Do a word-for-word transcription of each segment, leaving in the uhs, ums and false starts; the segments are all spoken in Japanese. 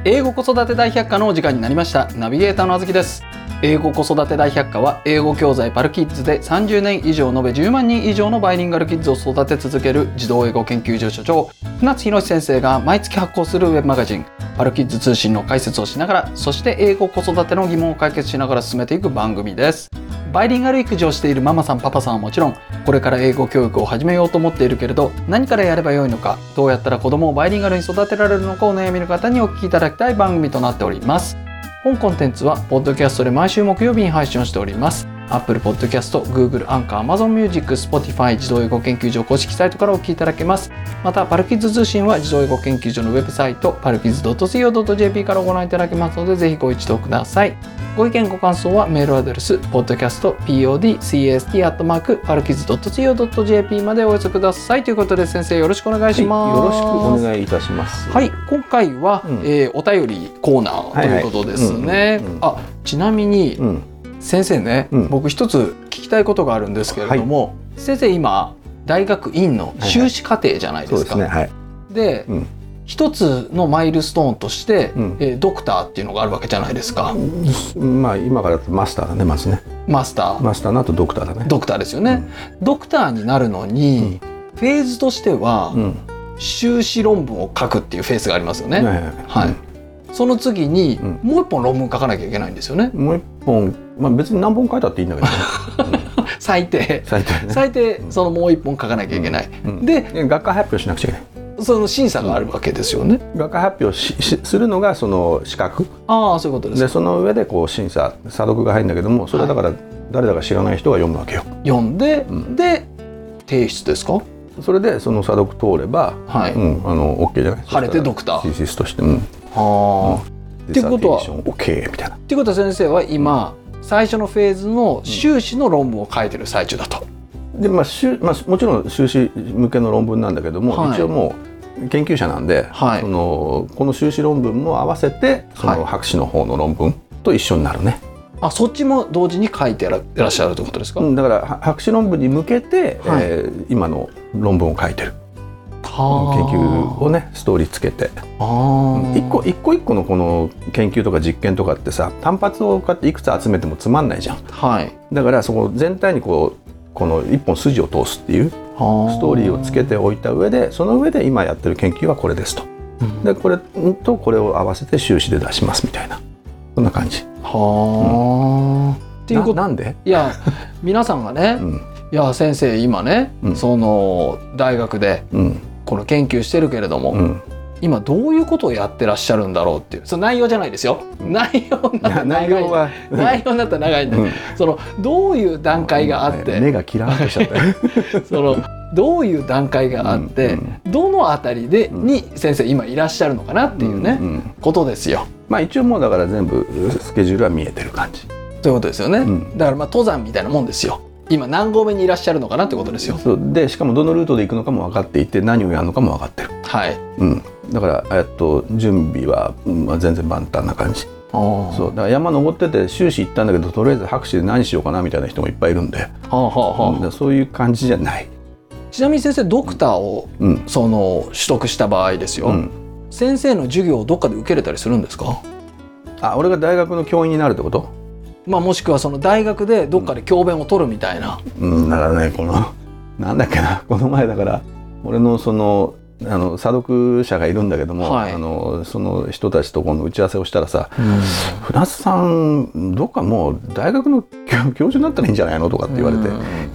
英語子育て大百科のお時間になりました。ナビゲーターのあずきです。英語子育て大百科は英語教材パルキッズでさんじゅうねん以上延べじゅうまんにん以上のバイリンガルキッズを育て続ける児童英語研究所所長船津博史先生が毎月発行するウェブマガジンパルキッズ通信の解説をしながら、そして英語子育ての疑問を解決しながら進めていく番組です。バイリンガル育児をしているママさんパパさんはもちろん、これから英語教育を始めようと思っているけれど何からやればよいのか、どうやったら子供をバイリンガルに育てられるのかお悩みの方にお聞きいただきたい番組となっております。本コンテンツはポッドキャストで毎週木曜日に配信をしております。 Apple Podcast、Google、Anchor、Amazon Music、Spotify 児童英語研究所公式サイトからお聞きいただけます。またパルキッズ通信は児童英語研究所のウェブサイト パルキッズドットシーオードットジェーピー からご覧いただけますので、ぜひご一読ください。ご意見ご感想はメールアドレス ポッドキャスト ポッドキャスト アットマーク パルキッズドットシーオードットジェーピー までお寄せください。ということで先生、よろしくお願いします。 はい、よろしくお願いいたします。 はい、今回は、うんえー、お便りコーナーということですね。あ、ちなみに、うん、先生ね、うん、僕一つ聞きたいことがあるんですけれども、はい、先生今大学院の修士課程じゃないですか。 はいはい、 そうですね。はい、で、うん一つのマイルストーンとして、うんえー、ドクターっていうのがあるわけじゃないですか。 まあ今からマスターだね、まずね。 マスター。 マスターの後ドクターだね。 ドクターですよね。うん、ドクターになるのに、うん、フェーズとしては、うん、修士論文を書くっていうフェーズがありますよね。はいはいはいはい、その次に、うん、もう一本論文書かなきゃいけないんですよね。 もう一本、まあ別に何本書いたっていいんだけど、ね。 最低最低、ね、最低そのもう一本書かなきゃいけない。うんうん、で、 学会発表しなくちゃいけない。 その審査があるわけですよね。 うん、学会発表 し, しするのがその資格。 ああ、そういうことですか。 でその上でこう審査査読が入るんだけども、それだから誰だか知らない人が読むわけよ。 読んで、うん、で提出ですか。 それでその査読通れば、はい、うん、あの OK じゃない。 晴れてドクター。 シーシスとして、うん、 はあ。うん、っていうことは OK みたいな。 っていうことは先生は今、うん、最初のフェーズの修士の論文を書いてる最中だと。 でまあ修まあ、もちろん修士向けの論文なんだけども、はい、一応もう研究者なんで、はい、そのこの修士論文も合わせてその博士の方の論文と一緒になるね。 あ、そっちも同時に書いてらっしゃるということですか。 うん、だから博士論文に向けて、はい、えー、今の論文を書いてる。研究をねストーリーつけて、あ、一個一個一個のこの研究とか実験とかってさ、単発をこうやっていくつ集めてもつまんないじゃん。はい、だからそこ全体にこうこの一本筋を通すっていうストーリーをつけておいた上で、その上で今やってる研究はこれですと、うん、でこれとこれを合わせて修士で出しますみたいな、そんな感じ。はあ、っていうこと な, なんでいや皆さんがね、うん、いや先生今ね、うん、その大学でこの研究してるけれども、うん、今どういうことをやってらっしゃるんだろうっていう、その内容じゃないですよ。内容になったら長い。内容は内容になったら長いんで、うん、そのどういう段階があって、 目がキラーンとしちゃったそのどういう段階があって、うんうん、どのあたりでに先生今いらっしゃるのかなっていうね、うんうん、ことですよ。 まあ一応もうだから全部スケジュールは見えてる感じということですよね。うん、だからまあ登山みたいなもんですよ。今何合目にいらっしゃるのかなってことですよ。 そうで、しかもどのルートで行くのかも分かっていて、何をやるのかも分かってる。はい、うん、だからえっと準備は、まあ、全然万端な感じ。そうだから山登ってて修士行ったんだけど、とりあえず博士で何しようかなみたいな人もいっぱいいるんで、はあはあはあ、うん、そういう感じじゃない。 ちなみに先生、ドクターを、うん、その取得した場合ですよ、うん、先生の授業をどっかで受けれたりするんですか。 あ、俺が大学の教員になるってこと。 まあ、もしくはその大学でどっかで教鞭を取るみたいな、 うん、だからね、このなんだっけな、この前だから俺のそのあの査読者がいるんだけども、はい、あのその人たちとこの打ち合わせをしたらさ、うん、船津さんどっかもう大学の教授になったらいいんじゃないのとかって言われて、うん、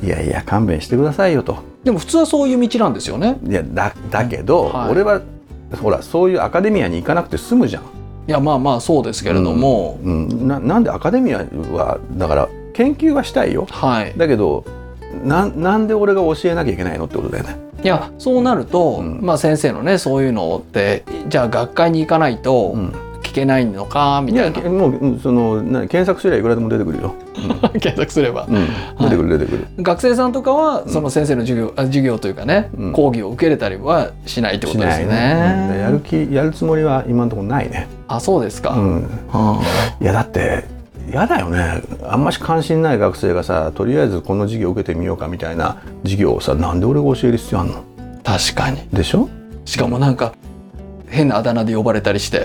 いやいや勘弁してくださいよと。 でも普通はそういう道なんですよね。 いや だ, だけど、うん、はい、俺はほらそういうアカデミアに行かなくて済むじゃん。 いやまあまあそうですけれども、 うんうん、な, なんでアカデミアはだから研究はしたいよ、はい、だけど な, なんで俺が教えなきゃいけないのってことだよね。 いやそうなると、うん、まあ先生のねそういうのってじゃあ学会に行かないと聞けないのかみたいな、 いやもうそのな検索すればいくらでも出てくるよ、 うん、検索すれば、うん、 出てくる出てくる、はい、 学生さんとかはその先生の授業、うん、授業というかね、うん、講義を受けれたりはしないってことですよね。 ね、うん、やる気やるつもりは今のところないね。 あ、そうですか、うん、 はあ、いやだって嫌だよね。あんまし関心ない学生がさ、とりあえずこの授業受けてみようかみたいな授業をさ、なんで俺が教える必要あんの。 確かに。 でしょ。 しかもなんか変なあだ名で呼ばれたりして、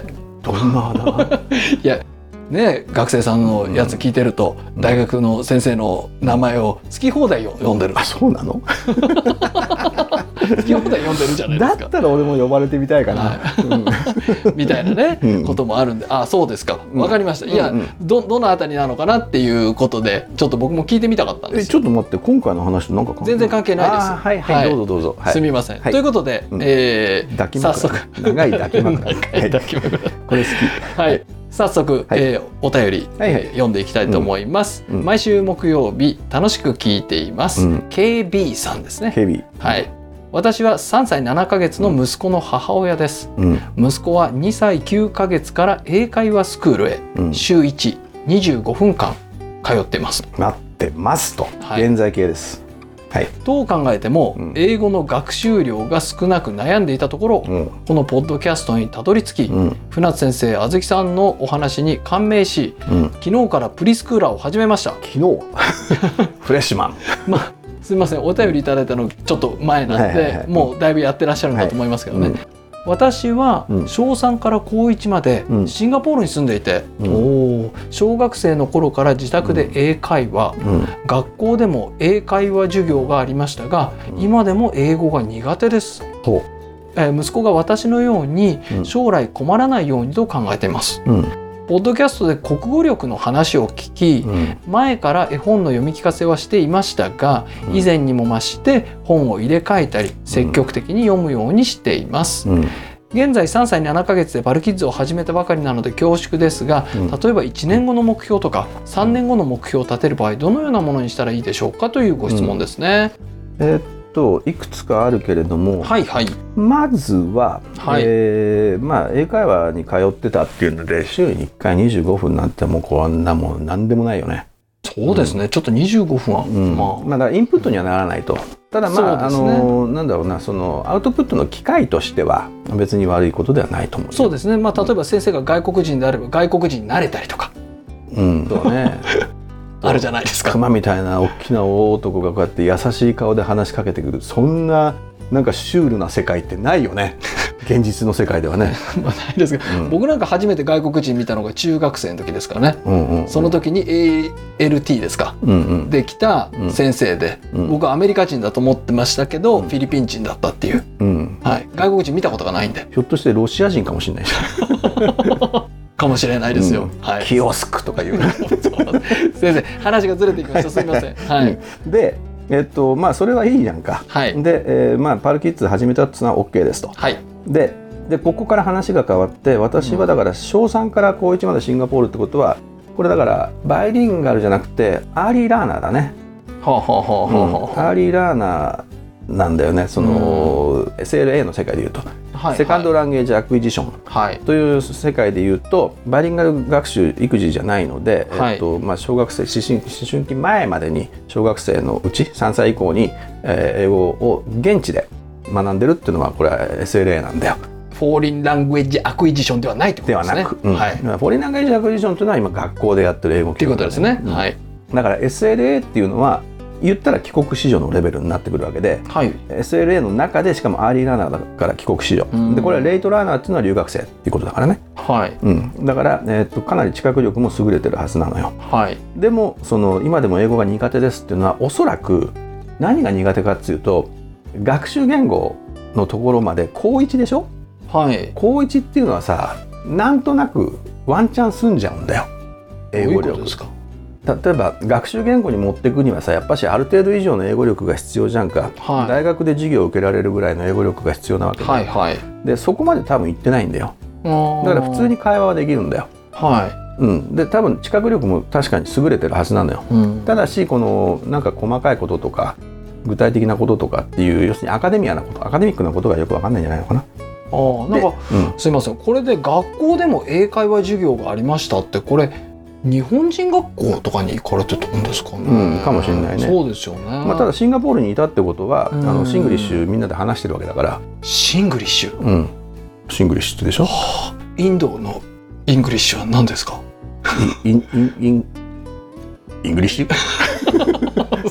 どんな穴いやね、学生さんのやつ聞いてると、うん、大学の先生の名前を好き放題を読んでる。 あ、そうなの好き放題読んでるじゃないですか。 だったら俺も呼ばれてみたいかな、 はい、みたいなね、うん、こともあるんで、あ、そうですか、わかりました。いや、うんうん、どどのあたりなのかなっていうことでちょっと僕も聞いてみたかったんです。 え、ちょっと待って、今回の話となんか関係ない？ 全然関係ないです。 はいはい、はい、どうぞどうぞ、はい、 すみません、はい、ということで、うん、えー、 抱き枕、早速長い抱き枕長い抱き枕これ好き。 はい、早速、はい、えー、お便り、はいはい、読んでいきたいと思います、うん、毎週木曜日楽しく聞いています、うん、ケービー さんですね。 ケービー、 はい、私はさんさいななかげつの息子の母親です、うん、息子はにさいきゅうかげつから英会話スクールへ、うん、週いち、にじゅうごふんかん通っています。 待ってますと、はい、現在形です。はい、 どう考えても、うん、英語の学習量が少なく悩んでいたところ、うん、このポッドキャストにたどり着き、うん、船津先生、あずきさんのお話に感銘し、うん、昨日からプリスクーラーを始めました。 昨日フレッシュマン、 まあ、すみません、お便りいただいたのちょっと前なんで、はいはいはい、もうだいぶやってらっしゃるんだと思いますけどね、はい、うん、私は小さんから高いちまでシンガポールに住んでいて、うん、お小学生の頃から自宅で英会話、うん、学校でも英会話授業がありましたが、うん、今でも英語が苦手です、うん、えー、息子が私のように将来困らないようにと考えています、うん、ポッドキャストで国語力の話を聞き、うん、前から絵本の読み聞かせはしていましたが、うん、以前にも増して本を入れ替えたり積極的に読むようにしています、うん、現在さんさいななかげつでパルキッズを始めたばかりなので恐縮ですが、うん、例えばいちねんごの目標とかさんねんごの目標を立てる場合、どのようなものにしたらいいでしょうかというご質問ですね、 うん、えーいくつかあるけれども、 はいはい、 まずは、はい、えーまあ、英会話に通ってたっていうので週にいっかいにじゅうごふんなんてもうこんなもん何でもないよね。 そうですね、うん、ちょっとにじゅうごふんは、うん、 まあ、まあ、だからインプットにはならないと。ただまあ、あのなんだろうな、そのアウトプットの機会としては別に悪いことではないと思う。 そうですね、まあ、例えば先生が外国人であれば外国人になれたりとか、 うん、そうねあるじゃないですか。 熊みたいな大きな大男がこうやって優しい顔で話しかけてくる、そんななんかシュールな世界ってないよね現実の世界ではねまあないですけど、うん、僕なんか初めて外国人見たのが中学生の時ですからね、うんうんうん、その時に エーエルティー ですか、うんうん、で来た先生で、うん、僕はアメリカ人だと思ってましたけど、うん、フィリピン人だったっていう、うん、はい、外国人見たことがないんで、 ひょっとしてロシア人かもしれないじゃんかもしれないですよ、 うん、はい、キオスクとかいう先生話がずれていきました、すみません、はい、 で、えっとまあ、それはいいじゃんか、はい、で、えーまあ、パルキッズ始めたっていうのは OK ですと、はい、で, でここから話が変わって、私はだから小さんから高いちまでシンガポールってことは、これだからバイリンガルじゃなくてアーリーラーナーだね、はあはあはあはあ、アーリーラーナーなんだよね、その エスエルエー の世界でいうと、はい、セカンドランゲージアクイジションという世界でいうと、バイリンガル学習育児じゃないので、はい、えっとまあ、小学生思春、思春期前までに小学生のうちさんさい以降に、えー、英語を現地で学んでるっていうのはこれは エスエルエー なんだよ。 フォーリンランゲージアクイジションではないってことですね。ではなく、うん、はい、フォーリンランゲージアクイジションというのは今学校でやってる英語教育ということですね、うん、はい、 だから エスエルエー っていうのは言ったら帰国子女のレベルになってくるわけで、はい、エスエルエー の中でしかもアーリーラーナーだから帰国子女、うん、でこれはレイトラーナーっていうのは留学生っていうことだからね、はい、うん、だから、えー、とかなり知覚力も優れてるはずなのよ、はい、でもその今でも英語が苦手ですっていうのはおそらく何が苦手かっていうと、学習言語のところまで高いちでしょ、はい、高いちっていうのはさ、なんとなくワンチャン済んじゃうんだよ、英語力。どういうことですか？例えば学習言語に持っていくにはさ、やっぱしある程度以上の英語力が必要じゃんか、はい、大学で授業を受けられるぐらいの英語力が必要なわけで、はいはい、でそこまで多分いってないんだよ。だから普通に会話はできるんだよ、はい、うん、で多分知覚力も確かに優れてるはずなのよ、うん、ただしこのなんか細かいこととか具体的なこととかっていう、要するにアカデミアなこと、アカデミックなことがよく分かんないんじゃないのかな。 あ、なんか、うん、すいません、これで学校でも英会話授業がありましたって、これ日本人学校とかに行かれてたんですかね、 うん、かもしれないね。 そうですよね、 まあ、ただシンガポールにいたってことは、あのシングリッシュみんなで話してるわけだから。 シングリッシュ、うん、 シングリッシュってでしょ、 はあ、インドのイングリッシュは何ですか？ インインインイングリッシュ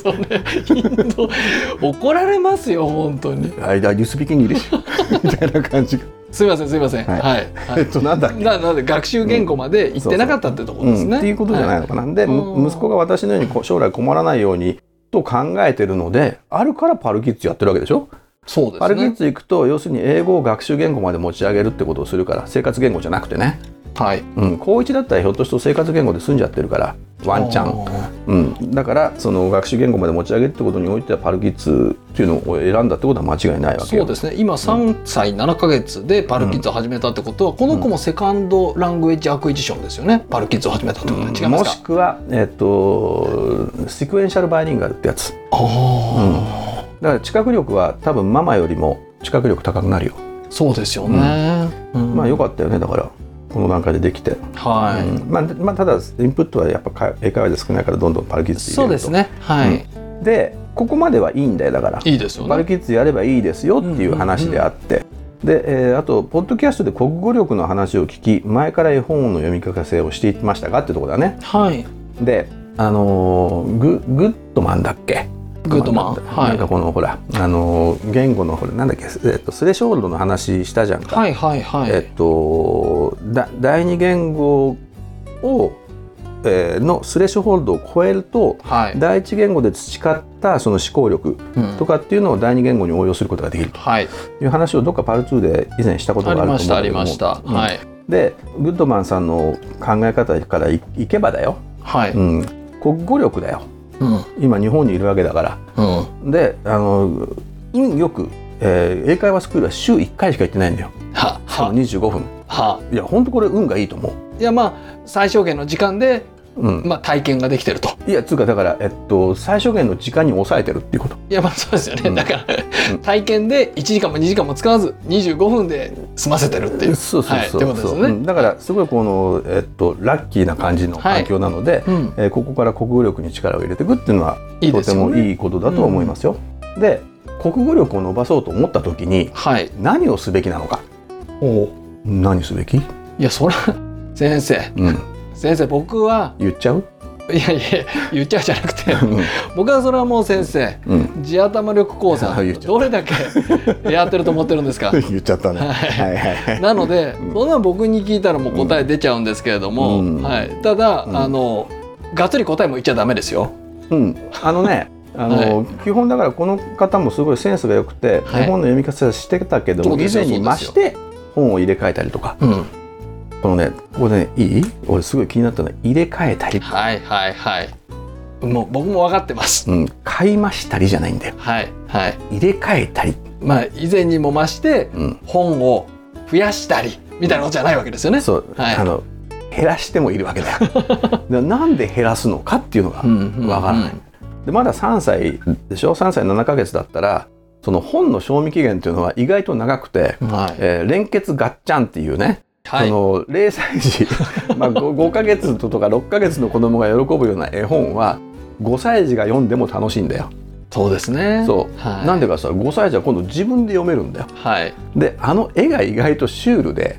それインド怒られますよ本当に。 I you speak English みたいな感じ。 すいませんすいません。はい。はい、 えっとなんだっけ。 ななんで学習言語まで行ってなかったってところですね。 うんうん、っていうことじゃないのかな。はい、で息子が私のように将来困らないようにと考えてるのであるからパルキッズやってるわけでしょ。 そうですね。 パルキッズ行くと要するに英語を学習言語まで持ち上げるってことをするから生活言語じゃなくてね。はい、うん、高いちだったらひょっとすると生活言語で済んじゃってるからワンチャン、うん、だからその学習言語まで持ち上げるってことにおいてはパルキッズっていうのを選んだってことは間違いないわけよ。 そうですね。今さんさいななかげつでパルキッズを始めたってことは、うん、この子もセカンドラングエッジアクイジションですよね。パルキッズを始めたってことは違いますか。 もしくは、えっと、シクエンシャルバイリンガルってやつ。あ、うん、だから知覚力は多分ママよりも知覚力高くなるよ。 そうですよね、 うんうん、まあよかったよね。だからこの段階でできて、はい、うん、まあまあ、ただインプットはやっぱ英会話で少ないからどんどんパルキッズ入れると。そうですね、はい、うん、でここまではいいんだよ。だからいいですよね。パルキッズやればいいですよっていう話であって、うんうんうん、で、えー、あとポッドキャストで国語力の話を聞き前から絵本の読み聞かせをしていましたかってところだね。はい。であのー、グ, グッドマンだっけ。 グッドマン、 はい、なんかこのほらあの言語のほらなんだっけ、えっと、スレショールドの話したじゃんか。はいはいはい。えっとだ第二言語を、えー、のスレショールドを超えると、はい、第一言語で培ったその思考力とかっていうのを第二言語に応用することができるという話をどっかパルツーで以前したことがあると思うんだけども。ありましたありました。はい。でグッドマンさんの考え方から い, いけばだよ。はい。うん、国語力だよ。うん、今日本にいるわけだから、うん、であの運よく、えー、英会話スクールは週いっかいしか行ってないんだよ。ははにじゅうごふん。はいや本当これ運がいいと思う。 いやまあ最小限の時間で、うん、まあ、体験ができてると。 いやつうかだから、えっと、最小限の時間に抑えてるっていうこと。 いやまあそうですよね、うん、だから、うん、体験でいちじかんもにじかんも使わずにじゅうごふんで済ませてるっていう。 そうそうそう、はい、ってことですね、うん、だからすごいこの、えっと、ラッキーな感じの環境なので、はい、うん、えー、ここから国語力に力を入れていくっていうのはとてもいいことだと思いますよ。うん、で国語力を伸ばそうと思った時に、はい、何をすべきなのか。お何すべき。いやそれ先生、うん、先生僕は言っちゃう。 いやいや言っちゃうじゃなくて、うん、僕はそれはもう先生、うん、地頭力講座どれだけやってると思ってるんですか。 言っちゃったね。はいはいはい、 なので、うん、そんな僕に聞いたらもう答え出ちゃうんですけれども、うん、はい、ただ、うん、あのがっつり答えも言っちゃダメですよ。 うん、あのねあの、はい、基本だからこの方もすごいセンスが良くて、はい、絵本の読み方してたけども、以前に増して本を入れ替えたりとか。うん、このね、ここでね、いい？俺すごい気になったのは入れ替えたり。 はいはいはい。もう僕も分かってます。 うん、買いましたりじゃないんだよ。はいはい。入れ替えたり。 まあ以前にも増して本を増やしたりみたいなことじゃないわけですよね。そう。はい、あの減らしてもいるわけだよ。なんで減らすのかっていうのが分からない。うんうんうん、でまださんさいでしょ。さんさいななかげつだったら。その本の賞味期限っていうのは意外と長くて、はい、えー、連結ガッチャンっていうね、はい、そのゼロさい児まあ 5, ごかげつとかろっかげつの子供が喜ぶような絵本はごさい児が読んでも楽しいんだよ。 そうですね。 そう、はい、なんでかさごさい児は今度自分で読めるんだよ。はい、であの絵が意外とシュールで、うん、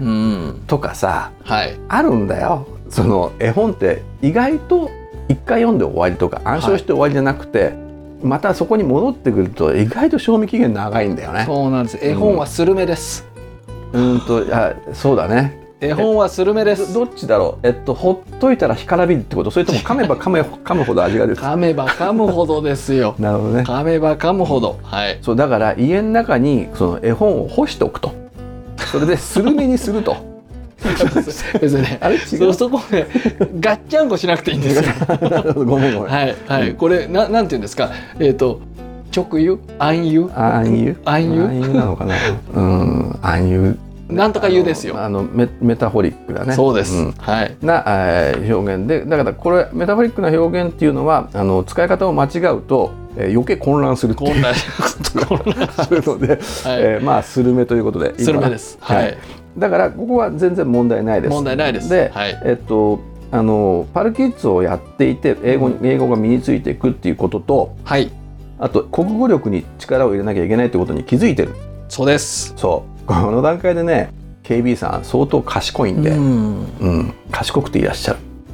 とかさ、はい、あるんだよ。その絵本って意外と一回読んで終わりとか暗唱して終わりじゃなくて、はい、またそこに戻ってくると意外と賞味期限長いんだよね。 そうなんです。絵本はスルメです。 うん、うんといやそうだね。 絵本はスルメです。 ど, どっちだろう。えっとほっといたら干からびるってこと。それとも噛めば噛め噛むほど味が出る。 噛めば噛むほどですよ。 なるほどね。 噛めば噛むほど。はい。 そうだから家の中にその絵本を干しておくと。それでスルメにすると。 別にね、あれ違う。そこでガッチャンコしなくていいんですよ。 ごめんごめん。 はいはい。うん、これななんていうんですか。えっ、ー、と直輸、暗輸、 暗輸、 暗輸、 暗輸なのかな。うん、暗輸。 なんとか言うですよ。 あの メ, メタフォリックだね。 そうです。うん、 はい。な、えー、表現で、だからこれメタフォリックな表現っていうのはあの使い方を間違うと、えー、余計混乱するっていう。混乱するので、はい、えー、まあスルメということでいいかな。 スルメです。はい。はい、 だからここは全然問題ないです。 問題ないです。 で、はい、えっとあのパルキッズをやっていて英語、うん、英語が身についていくっていうことと、はい、あと国語力に力を入れなきゃいけないってことに気づいてる。 そうです。 そう。この段階でね ケービー さん相当賢いんで、うん、うん、賢くていらっしゃる。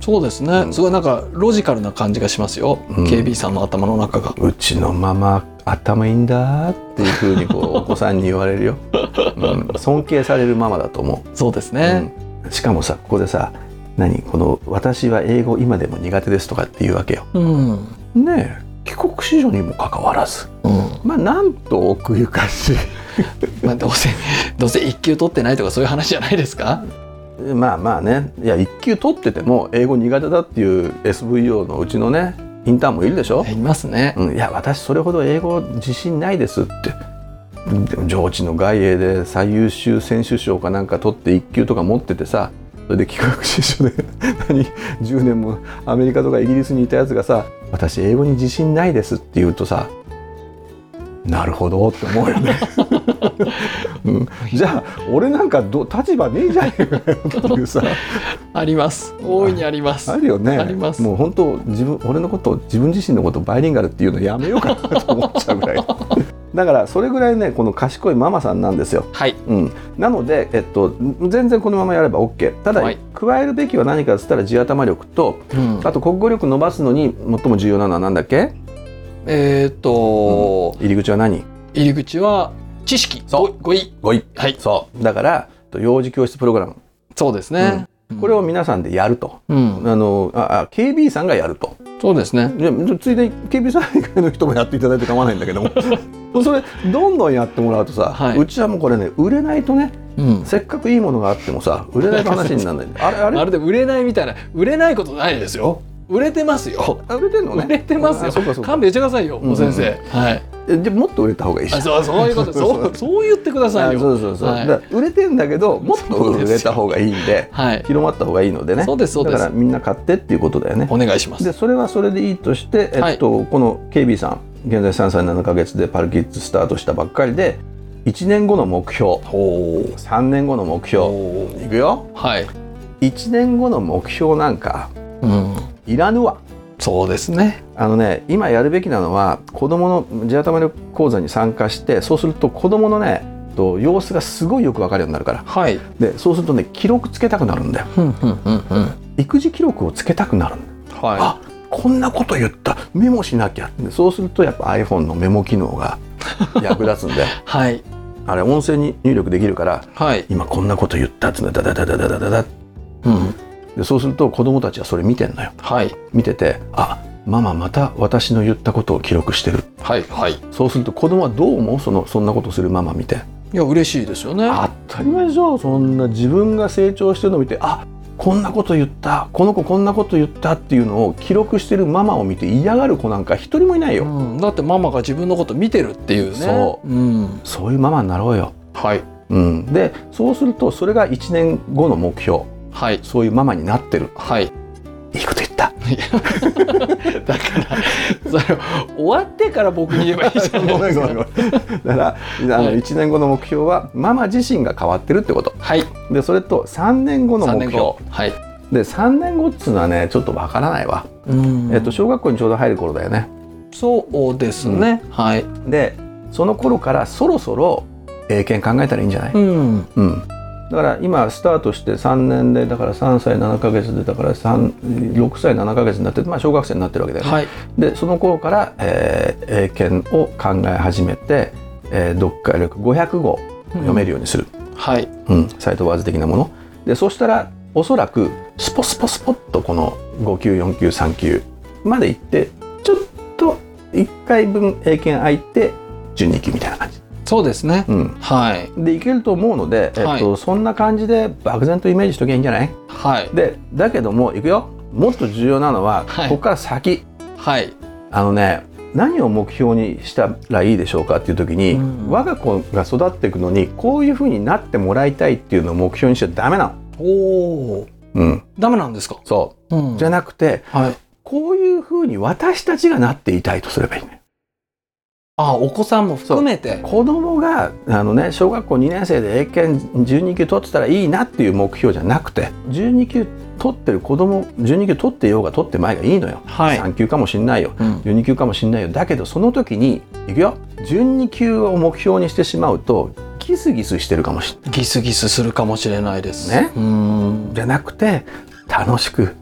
そうですね、うん、すごいなんかロジカルな感じがしますよ、うん、ケービー さんの頭の中が。 うちのママ頭いいんだっていうふうにこうお子さんに言われるよ、うん、尊敬されるママだと思う。 そうですね、 うん、しかもさここでさ何この私は英語今でも苦手ですとかって言うわけよ、うん、ねえ帰国子女にもかかわらず、うん、まあなんと奥ゆかしいまあどうせどうせ一級取ってないとかそういう話じゃないですか。 まあまあね、いや一級取ってても英語苦手だっていう エスブイオー のうちのねインターンもいるでしょ。 いますね、 うん、いや私それほど英語自信ないですって。でも上智の外英で最優秀選手賞かなんか取って一級とか持っててさ、それで帰国子女で何じゅうねんもアメリカとかイギリスにいたやつがさ私英語に自信ないですって言うとさなるほどって思うよね、うん、じゃあ俺なんかど立場ねえじゃねえかよっていうさあります大いにあります。 あるよね。 あります。 もう本当自分俺のこと自分自身のことバイリンガルっていうのやめようかなと思っちゃうぐらいだからそれぐらいねこの賢いママさんなんですよ。 はい、 うん、なので、えっと、全然このままやれば OK。 ただ、はい、加えるべきは何かっつったら地頭力と、うん、あと国語力伸ばすのに最も重要なのは何だっけ。 えー、っと、 うん、入り口は何。 入り口は知識。 そう語彙語彙、 はい、 そうだから幼児教室プログラム。 そうですね、 うん、これを皆さんでやると、 うん、 あのあ ケービー さんがやると。 そうですね。 でついでに ケービー さん以外の人もやっていただいて構わないんだけどもそれどんどんやってもらうとさ、はい、うちはもうこれね売れないとね、うん、せっかくいいものがあってもさ売れないと話にならないあれあれあれで売れないみたいな売れないことないですよ。売れてますよ。 売れてんのね。 売れてますよ。勘弁してくださいよ、もう先生。はい。 じゃもっと売れた方がいいし。 そうそういうことそうそう言ってくださいよ。 そうそうそう。だから売れてんだけどもっと売れた方がいいんで、広まった方がいいのでね。 そうですそうです。 だからみんな買ってっていうことだよね。 お願いします。 でそれはそれでいいとしてえっとこの ケービー さん現在さんさいななかげつでパルキッズスタートしたばっかりでいちねんごの目標、さんねんごの目標いくよ。 はい。 いちねんごの目標なんかいらぬわ。 そうですね。 あのね今やるべきなのは子どもの地頭力講座に参加してそうすると子どものねと様子がすごいよく分かるようになるから、はい、でそうするとね記録つけたくなるんだよ、うんうんうんうん、育児記録をつけたくなるんだよ、はい、あこんなこと言ったメモしなきゃってそうするとやっぱ iPhone のメモ機能が役立つんで、はい、あれ音声に入力できるから、はい、今こんなこと言ったっつうのダダダダダダダダ、うんでそうすると子どもたちはそれ見てんのよ、はい、見ててあママまた私の言ったことを記録してる、はいはい、そうすると子どもはどう思うそのそんなことするママ見て。 いや嬉しいですよね。 当たり前でしょ。そんな自分が成長してるのを見てあこんなこと言ったこの子こんなこと言ったっていうのを記録してるママを見て嫌がる子なんか一人もいないよ、うん、 だってママが自分のこと見てるっていうね。 そう、うん、そういうママになろうよ。はい、うん、でそうするとそれがいちねんごの目標、はい、そういうママになってる。はい。いいこと言った。 だからそれ終わってから僕に言えばいいじゃないですか。ごめんごめんごめん。 だからあのいちねんごの目標はママ自身が変わってるってこと。はい。でそれとさんねんごの目標。はい。でさんねんごっつうのはねちょっとわからないわ。うん。えっと小学校にちょうど入る頃だよね。 そうですね。うん、はい。 でその頃からそろそろ英検考えたらいいんじゃない？うん。うん。だから今スタートしてさんねんでだからさんさいななかげつでだからろくさいななかげつになって、まあ、小学生になってるわけだよね、はい、でその頃から、えー、英検を考え始めて、えー、読解力ごひゃくご読めるようにする、うんはいうん、サイトワーズ的なものでそしたらおそらくスポスポスポッとこのご級よん級さん級までいってちょっといっかいぶん英検空いてじゅうに級みたいな感じ。 そうですね、うん、はい。 でいけると思うので、えっとはい、そんな感じで漠然とイメージしときゃいいんじゃない？はい。でだけどもいくよ。もっと重要なのは、はい、ここから先。はい。あのね何を目標にしたらいいでしょうかっていう時に、うん、我が子が育っていくのにこういう風になってもらいたいっていうのを目標にしちゃダメなの。おお。うん。ダメなんですか？ そう。うん、じゃなくて、はい、こういう風に私たちがなっていたいとすればいいね。 ああお子さんも含めて子供があの、ね、小学校にねん生で英検じゅうに級取ってたらいいなっていう目標じゃなくてじゅうに級取ってる子供じゅうに級取ってようが取ってまいがいいのよ、はい、さん級かもしんないよ、うん、じゅうに級かもしんないよだけどその時にいくよじゅうに級を目標にしてしまうとギスギスしてるかもしれないギスギスするかもしれないですね。うんじゃなくて楽しく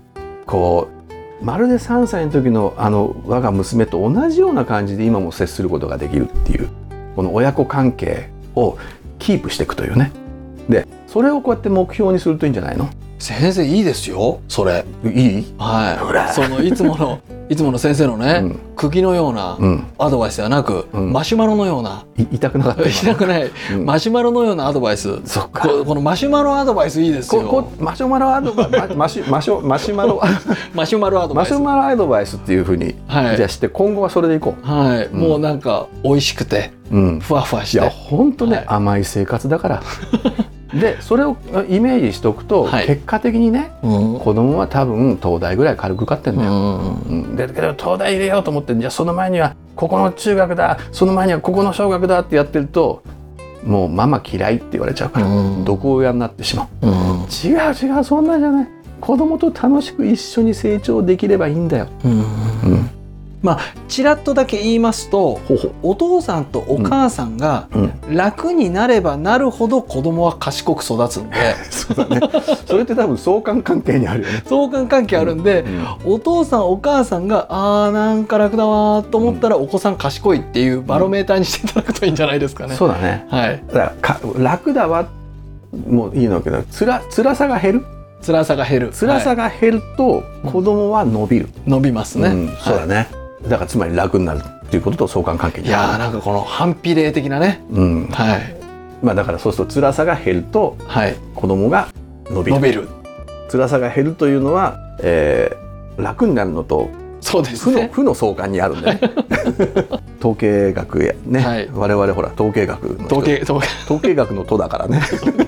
こうまるでさんさいの時のあの我が娘と同じような感じで今も接することができるっていうこの親子関係をキープしていくというね。でそれをこうやって目標にするといいんじゃないの？ 先生いいですよそれ。 いい？ はい。そのいつものいつもの先生のね、うん、釘のようなアドバイスではなく、うん、マシュマロのような、 い痛くなかった痛くない、うん、マシュマロのようなアドバイス。 そっか。 こ, このマシュマロアドバイスいいですよ。 ここマシュマロアドバイスマシュマシュマシュマロマシュマロアドバイスマシュマロアドバイスっていう風に、はい、じゃあして今後はそれでいこう。 はい。うん、もうなんか美味しくて、うん、ふわふわして。 いや本当ね、はい、甘い生活だから。でそれをイメージしておくと、はい、結果的にね、うん、子供は多分東大ぐらい軽く受かってんだよ、うんうん、だけど東大入れようと思ってじゃあその前にはここの中学だその前にはここの小学だってやってるともうママ嫌いって言われちゃうから、うん、毒親になってしまう、うん、違う違うそんなんじゃない。子供と楽しく一緒に成長できればいいんだよ、うんうんまあ、ちらっとだけ言いますとほほお父さんとお母さんが楽になればなるほど子供は賢く育つんで、 そうだね、それって多分相関関係にあるよね。 相関関係あるんで、うんうん、お父さんお母さんがあーなんか楽だわと思ったら、うん、お子さん賢いっていうバロメーターにしていただくといいんじゃないですかね。 そうだね、はい、だからか楽だわもういいのけどつら辛さが減る辛さが減る辛さが減ると子供は伸びる、 うん、伸びますね、うん、 そうだね、はい、だからつまり楽になるっていうことと相関関係にある。 いやーなんかこの反比例的なね、うんはいまあ、だからそうすると辛さが減ると子供が伸びる、はい、伸びる辛さが減るというのは、えー、楽になるのとそうですね、 負の相関にあるんでね統計学やね、はい、我々ほら統計学の統計統計統計学の都だからね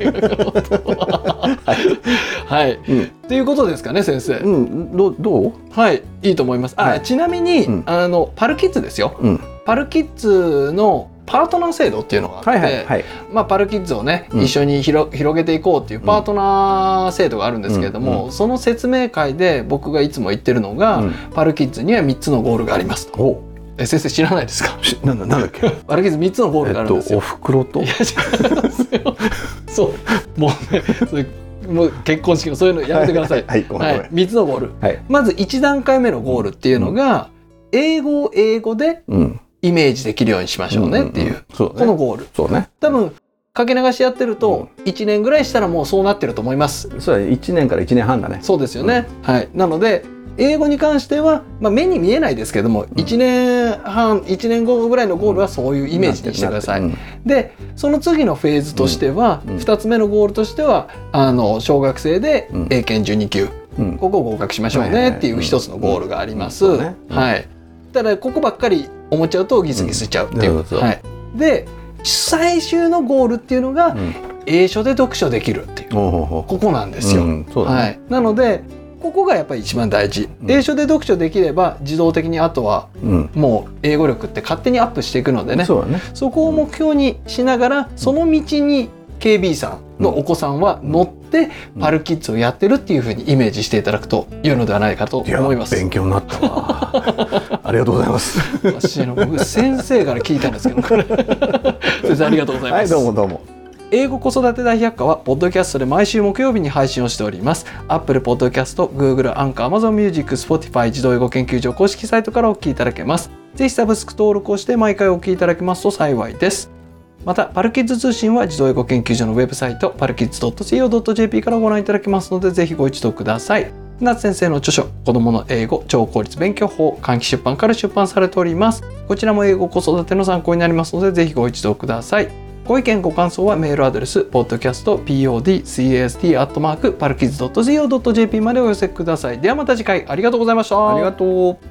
はい、はいうん、っていうことですかね先生、 うん、ど, どうはいいいと思います。あ、はい、ちなみに、うん、あのパルキッズですよ、うん、パルキッズのパートナー制度っていうのがあって、はいはいはいまあ、パルキッズをね、うん、一緒に広げていこうっていうパートナー制度があるんですけれども、うん、その説明会で僕がいつも言ってるのが、うん、パルキッズにはみっつのゴールがありますと。え先生知らないですか？ なんだなんだっけ？ パルキッズみっつのゴールがあるんですよ。 えっと、お袋と？いや知らないですよ。 そうもうねそれもう結婚式のそういうのやめてください。はい、はい、はい、みっつのゴール、はい、まずいち段階目のゴールっていうのが、うん、英語を英語で、うんイメージできるようにしましょうねっていう、うんうんうんそうね、このゴール。 そうね。 多分かけ流しやってるといちねんぐらいしたらもうそうなってると思います。 そうだね。いちねんからいちねんはんだね。 そうですよね。うん、はい。なので英語に関しては、まあ、目に見えないですけども、うん、いちねんはんいちねんごぐらいのゴールはそういうイメージにしてください。うん、でその次のフェーズとしては、うん、ふたつめのゴールとしてはあの小学生で英検じゅうに級、うん、ここを合格しましょうねっていう一つのゴールがあります。うんうんねうん、はい。ただここばっかり思っちゃうとギスギスしちゃうっていう、うん、はい、で最終のゴールっていうのが、うん、英書で読書できるっていう、うん、ここなんですよ、うんそうだねはい、なのでここがやっぱり一番大事、うん、英書で読書できれば自動的にあとはもう英語力って勝手にアップしていくのでね、そうだね、そこを目標にしながらその道に ケービー さんのお子さんは乗ってパルキッズをやってるっていう風にイメージしていただくと良いのではないかと思います。 いや勉強になったわありがとうございます。 私の僕先生から聞いたんですけどこれ先生ありがとうございます。 はいどうもどうも。 英語子育て大百科はポッドキャストで毎週木曜日に配信をしております。 Apple Podcast、Google、Anchor、Amazon Music、Spotify 児童英語研究所公式サイトからお聞きいただけます。ぜひサブスク登録をして毎回お聞きいただけますと幸いです。またパルキッズ通信は児童英語研究所のウェブサイト パルキッズドットシーオードットジェーピー からご覧いただけますのでぜひご一読ください。夏先生の著書子どもの英語超効率勉強法換気出版から出版されております。こちらも英語子育ての参考になりますのでぜひご一読ください。ご意見ご感想はメールアドレス ポッドキャスト ポッドキャスト アットマーク パルキッズドットシーオードットジェーピー までお寄せください。ではまた次回ありがとうございました。 ありがとう。